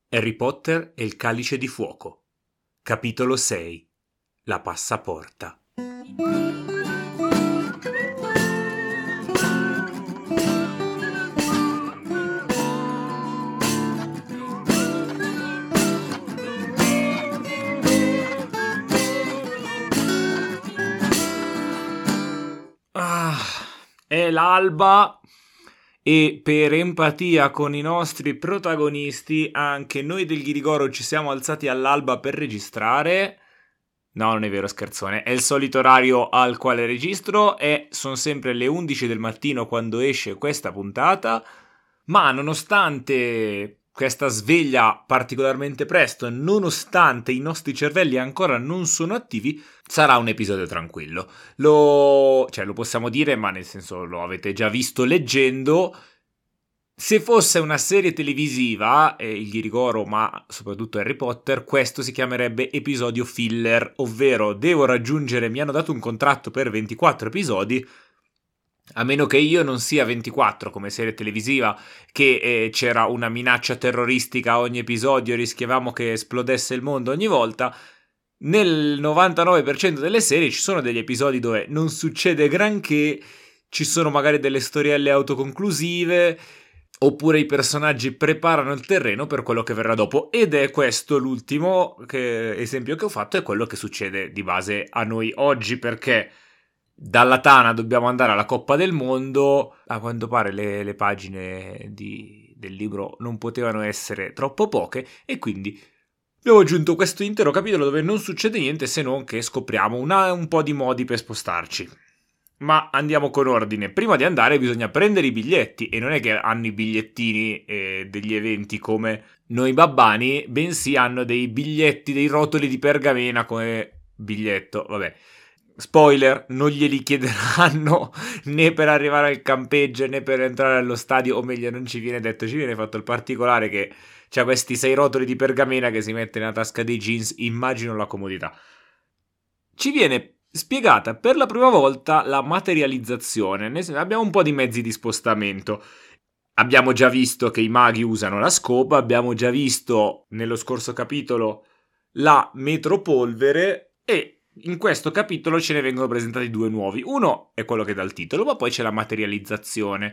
Harry Potter e il Calice di Fuoco. Capitolo 6. La passaporta. È l'alba e per empatia con i nostri protagonisti anche noi del Ghirigoro ci siamo alzati all'alba per registrare. No, non è vero, scherzone. È il solito orario al quale registro e sono sempre le 11 del mattino quando esce questa puntata. Ma nonostante questa sveglia particolarmente presto e nonostante i nostri cervelli ancora non sono attivi, sarà un episodio tranquillo. Lo possiamo dire, ma nel senso lo avete già visto leggendo. Se fosse una serie televisiva, il Ghirigoro, ma soprattutto Harry Potter, questo si chiamerebbe episodio filler, ovvero mi hanno dato un contratto per 24 episodi, a meno che io non sia 24 come serie televisiva, che c'era una minaccia terroristica a ogni episodio e rischiavamo che esplodesse il mondo ogni volta. Nel 99% delle serie ci sono degli episodi dove non succede granché, ci sono magari delle storielle autoconclusive, oppure i personaggi preparano il terreno per quello che verrà dopo, ed è questo l'ultimo esempio che ho fatto, è quello che succede di base a noi oggi, perché dalla Tana dobbiamo andare alla Coppa del Mondo. A quanto pare le pagine del libro non potevano essere troppo poche e quindi abbiamo aggiunto questo intero capitolo dove non succede niente se non che scopriamo un po' di modi per spostarci. Ma andiamo con ordine. Prima di andare bisogna prendere i biglietti, e non è che hanno i bigliettini degli eventi come noi babbani, bensì hanno dei biglietti, dei rotoli di pergamena come biglietto. Vabbè, spoiler, non glieli chiederanno né per arrivare al campeggio né per entrare allo stadio, o meglio non ci viene detto, ci viene fatto il particolare che c'ha questi 6 rotoli di pergamena che si mette nella tasca dei jeans. Immagino la comodità. Ci viene spiegata per la prima volta la materializzazione, abbiamo un po' di mezzi di spostamento. Abbiamo già visto che i maghi usano la scopa, abbiamo già visto nello scorso capitolo la metropolvere, e in questo capitolo ce ne vengono presentati due nuovi. Uno è quello che dà il titolo, ma poi c'è la materializzazione.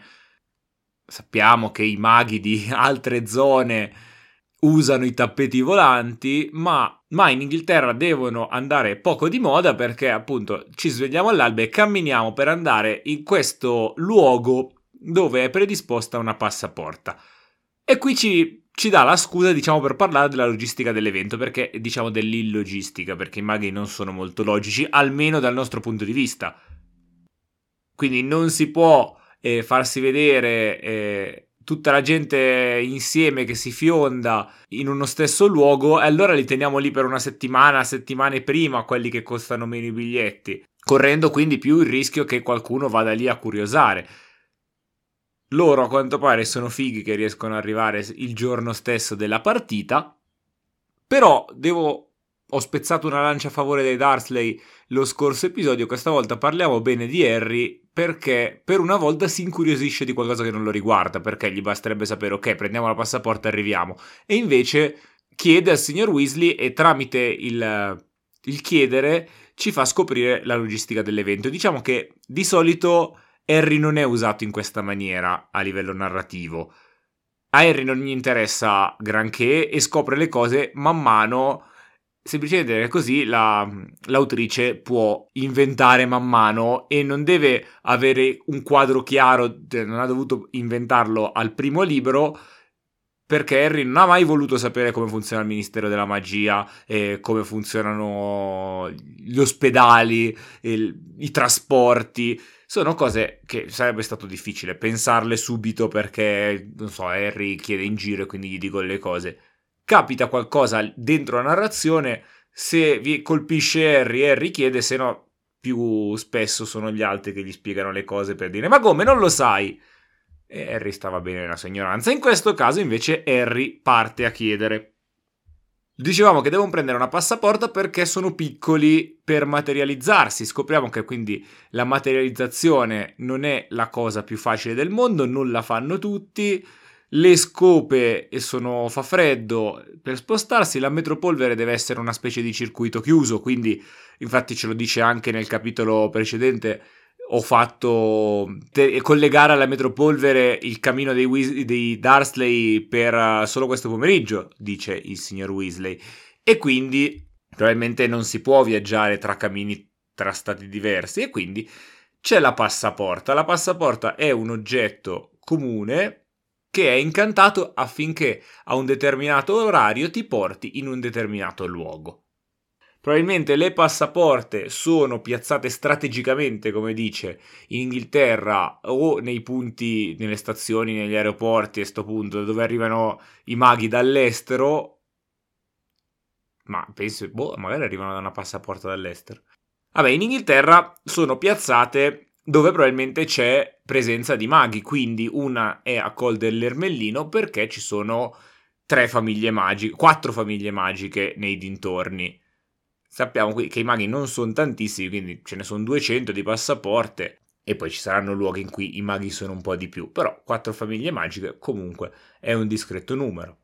Sappiamo che i maghi di altre zone usano i tappeti volanti, ma in Inghilterra devono andare poco di moda, perché appunto ci svegliamo all'alba e camminiamo per andare in questo luogo dove è predisposta una passaporta. E qui ci dà la scusa, diciamo, per parlare della logistica dell'evento, perché diciamo dell'illogistica, perché i maghi non sono molto logici, almeno dal nostro punto di vista. Quindi non si può farsi vedere tutta la gente insieme che si fionda in uno stesso luogo, e allora li teniamo lì per una settimane prima, quelli che costano meno i biglietti, correndo quindi più il rischio che qualcuno vada lì a curiosare. Loro a quanto pare sono fighi che riescono ad arrivare il giorno stesso della partita, però ho spezzato una lancia a favore dei Dursley lo scorso episodio, questa volta parliamo bene di Harry, perché per una volta si incuriosisce di qualcosa che non lo riguarda, perché gli basterebbe sapere ok, prendiamo la passaporta e arriviamo, e invece chiede al signor Weasley e tramite il chiedere ci fa scoprire la logistica dell'evento. Diciamo che di solito Harry non è usato in questa maniera a livello narrativo. A Harry non gli interessa granché e scopre le cose man mano. Semplicemente così l'autrice può inventare man mano e non deve avere un quadro chiaro, non ha dovuto inventarlo al primo libro, perché Harry non ha mai voluto sapere come funziona il Ministero della Magia, come funzionano gli ospedali, i trasporti. Sono cose che sarebbe stato difficile pensarle subito, perché, non so, Harry chiede in giro e quindi gli dico le cose. Capita qualcosa dentro la narrazione, se vi colpisce Harry chiede, se no più spesso sono gli altri che gli spiegano le cose per dire ma come, non lo sai? E Harry stava bene nella sua ignoranza. In questo caso invece Harry parte a chiedere. Dicevamo che devono prendere una passaporta perché sono piccoli per materializzarsi. Scopriamo che quindi la materializzazione non è la cosa più facile del mondo, non la fanno tutti. le scope fa freddo, per spostarsi la metropolvere deve essere una specie di circuito chiuso, quindi infatti ce lo dice anche nel capitolo precedente, ho fatto collegare alla metropolvere il cammino dei Dursley per solo questo pomeriggio, dice il signor Weasley, e quindi probabilmente non si può viaggiare tra cammini tra stati diversi, e quindi c'è la passaporta. La passaporta è un oggetto comune che è incantato affinché a un determinato orario ti porti in un determinato luogo. Probabilmente le passaporte sono piazzate strategicamente, come dice, in Inghilterra o nei punti, nelle stazioni, negli aeroporti, a sto punto, dove arrivano i maghi dall'estero. Ma penso, magari arrivano da una passaporta dall'estero. Vabbè, in Inghilterra sono piazzate dove probabilmente c'è presenza di maghi, quindi una è a Col dell'Ermellino perché ci sono 4 famiglie magiche nei dintorni. Sappiamo qui che i maghi non sono tantissimi, quindi ce ne sono 200 di passaporte e poi ci saranno luoghi in cui i maghi sono un po' di più, però 4 famiglie magiche comunque è un discreto numero.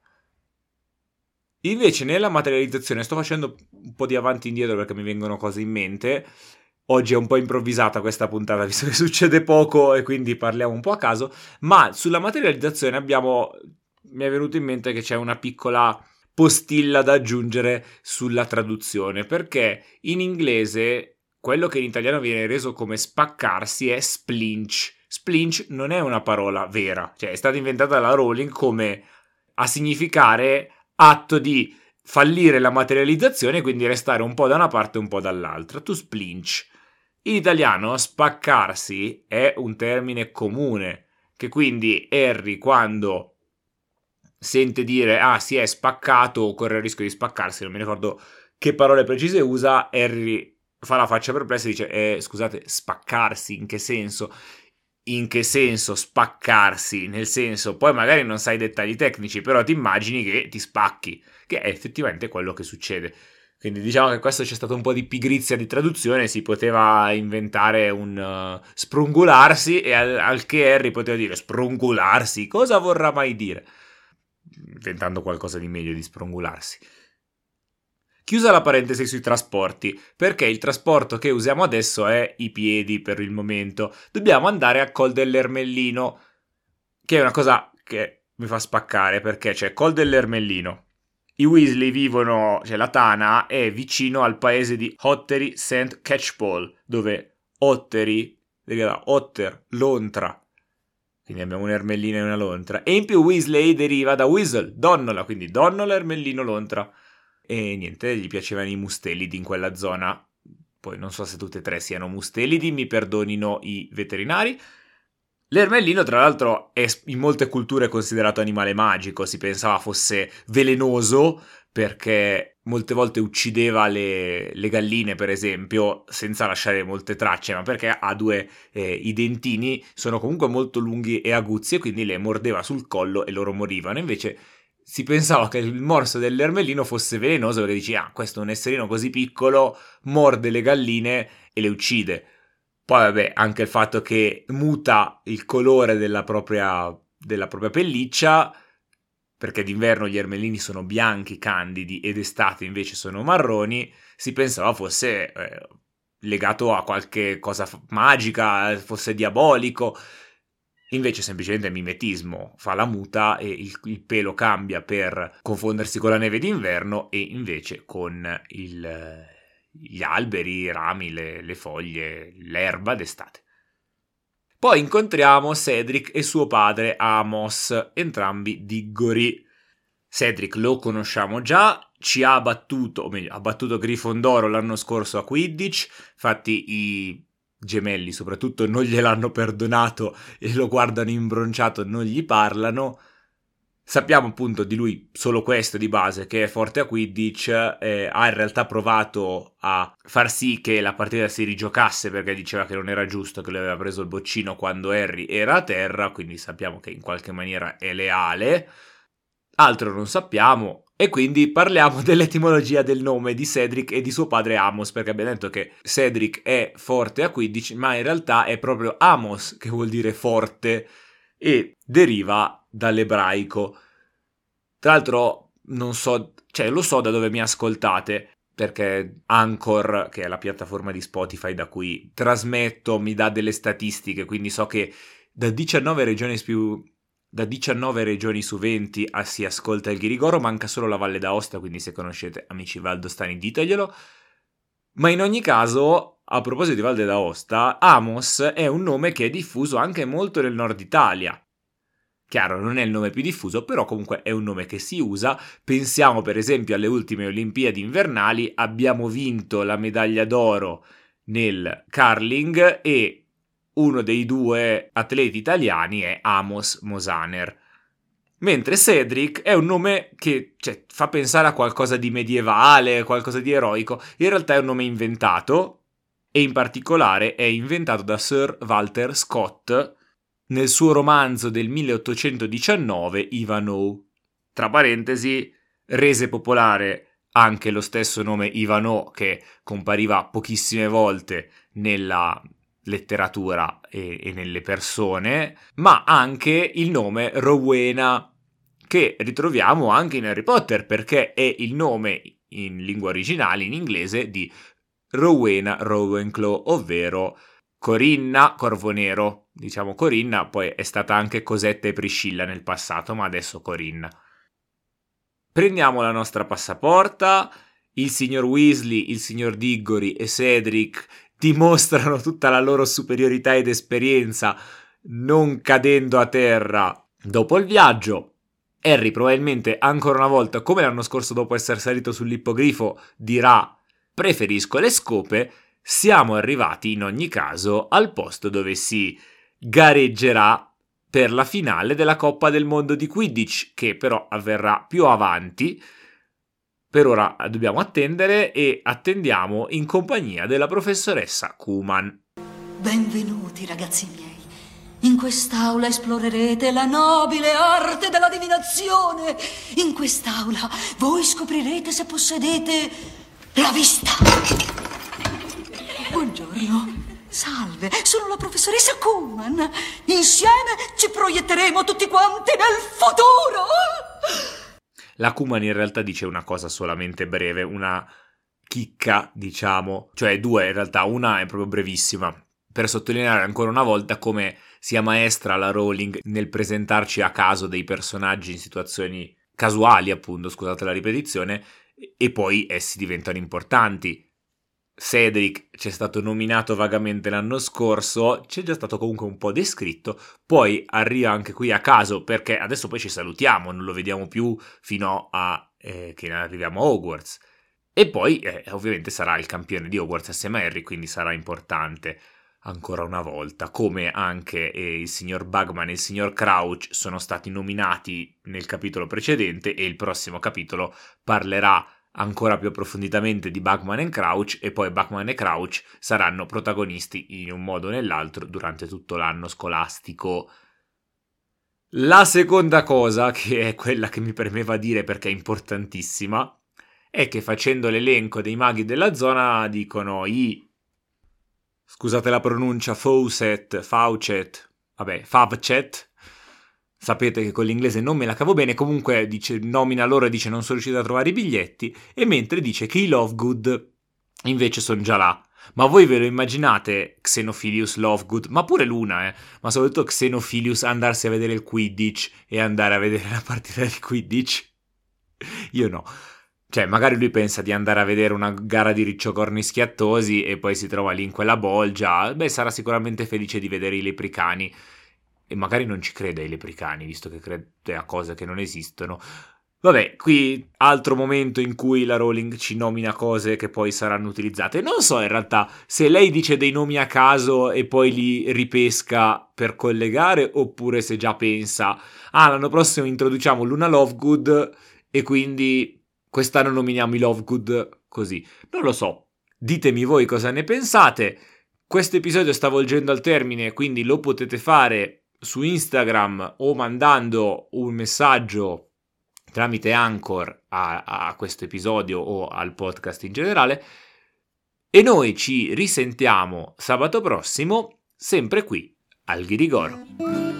Invece nella materializzazione sto facendo un po' di avanti e indietro perché mi vengono cose in mente. Oggi è un po' improvvisata questa puntata, visto che succede poco e quindi parliamo un po' a caso, ma sulla materializzazione mi è venuto in mente che c'è una piccola postilla da aggiungere sulla traduzione, perché in inglese quello che in italiano viene reso come spaccarsi è splinch. Splinch non è una parola vera, cioè è stata inventata dalla Rowling come a significare atto di fallire la materializzazione, quindi restare un po' da una parte e un po' dall'altra. Tu splinch. In italiano spaccarsi è un termine comune, che quindi Harry quando sente dire si è spaccato o corre il rischio di spaccarsi, non mi ricordo che parole precise usa, Harry fa la faccia perplessa e dice scusate, spaccarsi in che senso? In che senso spaccarsi? Nel senso, poi magari non sai i dettagli tecnici, però ti immagini che ti spacchi, che è effettivamente quello che succede. Quindi diciamo che questo c'è stato un po' di pigrizia di traduzione, si poteva inventare un sprungularsi e al che Harry poteva dire sprungularsi, cosa vorrà mai dire? Inventando qualcosa di meglio di sprungularsi. Chiusa la parentesi sui trasporti, perché il trasporto che usiamo adesso è i piedi per il momento. Dobbiamo andare a Col dell'Ermellino, che è una cosa che mi fa spaccare, perché c'è Col dell'Ermellino. I Weasley vivono, cioè la Tana è vicino al paese di Ottery St. Catchpole, dove Ottery, da Otter, lontra. Quindi abbiamo un Ermellino e una lontra. E in più Weasley deriva da Weasel, donnola, quindi donnola, Ermellino, lontra. E niente, gli piacevano i mustelidi in quella zona. Poi non so se tutte e tre siano mustelidi, mi perdonino i veterinari. L'ermellino, tra l'altro, è in molte culture considerato animale magico. Si pensava fosse velenoso perché molte volte uccideva le galline, per esempio, senza lasciare molte tracce, ma perché ha i dentini sono comunque molto lunghi e aguzzi e quindi le mordeva sul collo e loro morivano. Invece si pensava che il morso dell'ermellino fosse velenoso perché dici, questo è un esserino così piccolo, morde le galline e le uccide. Poi vabbè, anche il fatto che muta il colore della propria pelliccia, perché d'inverno gli ermellini sono bianchi, candidi, ed d'estate invece sono marroni, si pensava fosse legato a qualche cosa magica, fosse diabolico. Invece semplicemente è mimetismo, fa la muta e il pelo cambia per confondersi con la neve d'inverno e invece con gli alberi, i rami, le foglie, l'erba d'estate. Poi incontriamo Cedric e suo padre Amos, entrambi diggori. Cedric lo conosciamo già, ci ha battuto, o meglio, ha battuto Grifondoro l'anno scorso a Quidditch, infatti i gemelli soprattutto non gliel'hanno perdonato e lo guardano imbronciato, non gli parlano. Sappiamo appunto di lui solo questo di base, che è forte a Quidditch, ha in realtà provato a far sì che la partita si rigiocasse perché diceva che non era giusto, che lui aveva preso il boccino quando Harry era a terra, quindi sappiamo che in qualche maniera è leale. Altro non sappiamo, e quindi parliamo dell'etimologia del nome di Cedric e di suo padre Amos, perché abbiamo detto che Cedric è forte a 15, ma in realtà è proprio Amos che vuol dire forte e deriva dall'ebraico. Tra l'altro non so, cioè lo so da dove mi ascoltate, perché Anchor, che è la piattaforma di Spotify da cui trasmetto, mi dà delle statistiche, quindi so che da 19 regioni su 20 si ascolta il Ghirigoro, manca solo la Valle d'Aosta, quindi se conoscete amici valdostani diteglielo. Ma in ogni caso, a proposito di Valle d'Aosta, Amos è un nome che è diffuso anche molto nel nord Italia. Chiaro, non è il nome più diffuso, però comunque è un nome che si usa. Pensiamo per esempio alle ultime Olimpiadi invernali, abbiamo vinto la medaglia d'oro nel curling e uno dei due atleti italiani è Amos Mosaner. Mentre Cedric è un nome che fa pensare a qualcosa di medievale, qualcosa di eroico. In realtà è un nome inventato, e in particolare è inventato da Sir Walter Scott nel suo romanzo del 1819 Ivanhoe. Tra parentesi, rese popolare anche lo stesso nome Ivanhoe, che compariva pochissime volte nella letteratura e nelle persone, ma anche il nome Rowena, che ritroviamo anche in Harry Potter, perché è il nome in lingua originale, in inglese, di Rowena Ravenclaw, ovvero Corinna Corvonero. Diciamo Corinna, poi è stata anche Cosetta e Priscilla nel passato, ma adesso Corinna. Prendiamo la nostra passaporta, il signor Weasley, il signor Diggory e Cedric dimostrano tutta la loro superiorità ed esperienza, non cadendo a terra dopo il viaggio. Harry probabilmente ancora una volta, come l'anno scorso dopo essere salito sull'ippogrifo, dirà preferisco le scope. Siamo arrivati in ogni caso al posto dove si gareggerà per la finale della Coppa del Mondo di Quidditch, che però avverrà più avanti. Per ora dobbiamo attendere e attendiamo in compagnia della professoressa Kuman. Benvenuti ragazzi miei. In quest'aula esplorerete la nobile arte della divinazione. In quest'aula voi scoprirete se possedete la vista. Buongiorno. Salve, sono la professoressa Kuman. Insieme ci proietteremo tutti quanti nel futuro. La Kuman in realtà dice una cosa solamente breve, una chicca, diciamo, cioè due in realtà, una è proprio brevissima, per sottolineare ancora una volta come sia maestra la Rowling nel presentarci a caso dei personaggi in situazioni casuali, appunto, scusate la ripetizione, e poi essi diventano importanti. Cedric c'è stato nominato vagamente l'anno scorso, c'è già stato comunque un po' descritto, poi arriva anche qui a caso perché adesso poi ci salutiamo, non lo vediamo più fino a che arriviamo a Hogwarts. E poi ovviamente sarà il campione di Hogwarts assieme a Harry, quindi sarà importante ancora una volta, come anche il signor Bagman e il signor Crouch sono stati nominati nel capitolo precedente e il prossimo capitolo parlerà ancora più approfonditamente di Bagman e Crouch, e poi Bagman e Crouch saranno protagonisti in un modo o nell'altro durante tutto l'anno scolastico. La seconda cosa, che è quella che mi premeva dire perché è importantissima, è che facendo l'elenco dei maghi della zona dicono scusate la pronuncia, Fawcett, sapete che con l'inglese non me la cavo bene, comunque nomina loro e dice non sono riuscito a trovare i biglietti, e mentre dice che i Lovegood invece sono già là. Ma voi ve lo immaginate Xenophilius Lovegood, ma pure Luna, ma soprattutto Xenophilius andarsi a vedere il Quidditch e andare a vedere la partita di Quidditch? Io no. Cioè, magari lui pensa di andare a vedere una gara di riccioccorni schiattosi e poi si trova lì in quella bolgia. Beh, sarà sicuramente felice di vedere i lepricani. E magari non ci crede ai lepricani, visto che crede a cose che non esistono. Vabbè, qui altro momento in cui la Rowling ci nomina cose che poi saranno utilizzate. Non so in realtà se lei dice dei nomi a caso e poi li ripesca per collegare, oppure se già pensa l'anno prossimo introduciamo Luna Lovegood e quindi quest'anno nominiamo i Lovegood così. Non lo so, ditemi voi cosa ne pensate. Questo episodio sta volgendo al termine, quindi lo potete fare su Instagram o mandando un messaggio tramite Anchor a questo episodio o al podcast in generale, e noi ci risentiamo sabato prossimo sempre qui al Ghirigoro.